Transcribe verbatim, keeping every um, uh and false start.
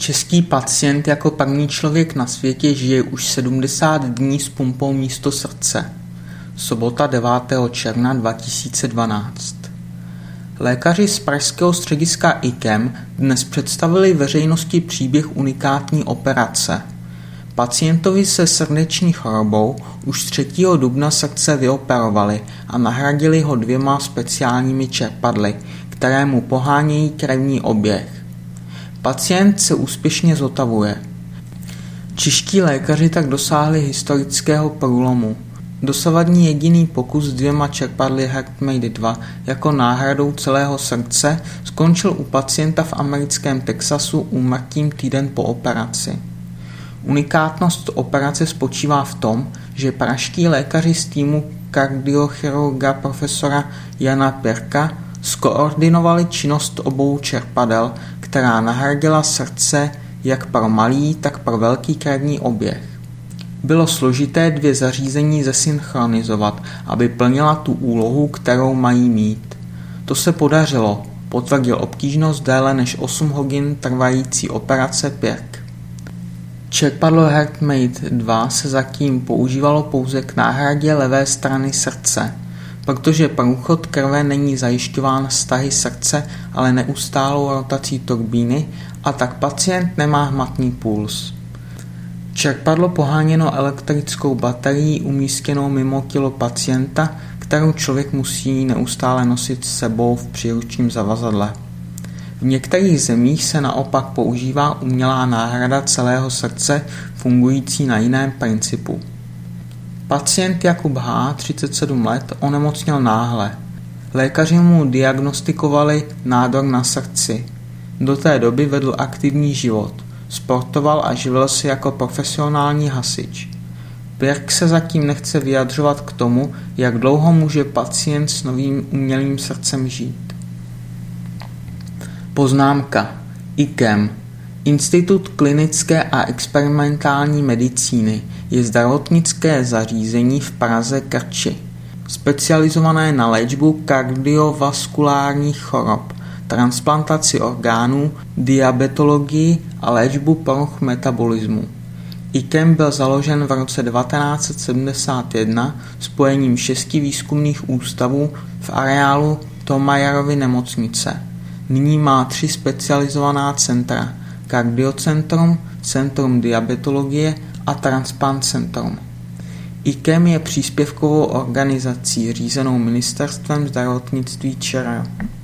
Český pacient jako první člověk na světě žije už sedmdesát dní s pumpou místo srdce. Sobota devátého června dva tisíce dvanáct. Lékaři z pražského střediska I K E M dnes představili veřejnosti příběh unikátní operace. Pacientovi se srdeční chorobou už třetího dubna srdce vyoperovali a nahradili ho dvěma speciálními čerpadly, které mu pohánějí krevní oběh. Pacient se úspěšně zotavuje. Čeští lékaři tak dosáhli historického průlomu. Dosavadní jediný pokus s dvěma čerpadly HeartMate dva jako náhradou celého srdce skončil u pacienta v americkém Texasu úmrtím týden po operaci. Unikátnost operace spočívá v tom, že pražští lékaři z týmu kardiochirurga profesora Jana Pirka skoordinovali činnost obou čerpadel, která nahradila srdce jak pro malý, tak pro velký krevní oběh. Bylo složité dvě zařízení zesynchronizovat, aby plnila tu úlohu, kterou mají mít. To se podařilo, potvrdil obtížnost déle než osm hodin trvající operace Pirk. Čerpadlo HeartMate dva se zatím používalo pouze k náhradě levé strany srdce, protože průchod krve není zajišťován vztahy srdce, ale neustálou rotací turbíny a tak pacient nemá hmatný puls. Čerpadlo poháněno elektrickou baterií umístěnou mimo tělo pacienta, kterou člověk musí neustále nosit s sebou v příručním zavazadle. V některých zemích se naopak používá umělá náhrada celého srdce fungující na jiném principu. Pacient Jakub H., třicet sedm let, onemocněl náhle. Lékaři mu diagnostikovali nádor na srdci. Do té doby vedl aktivní život. Sportoval a živil se jako profesionální hasič. Pirk se zatím nechce vyjadřovat k tomu, jak dlouho může pacient s novým umělým srdcem žít. Poznámka. I K E M. Institut klinické a experimentální medicíny je zdravotnické zařízení v Praze Krči, specializované na léčbu kardiovaskulárních chorob, transplantaci orgánů, diabetologii a léčbu poruch metabolismu. I K E M byl založen v roce devatenáct set sedmdesát jedna spojením šesti výzkumných ústavů v areálu Thomayerovy nemocnice. Nyní má tři specializovaná centra: Kardiocentrum, Centrum diabetologie a Transplant Centrum. I K E M je příspěvkovou organizací řízenou Ministerstvem zdravotnictví ČR.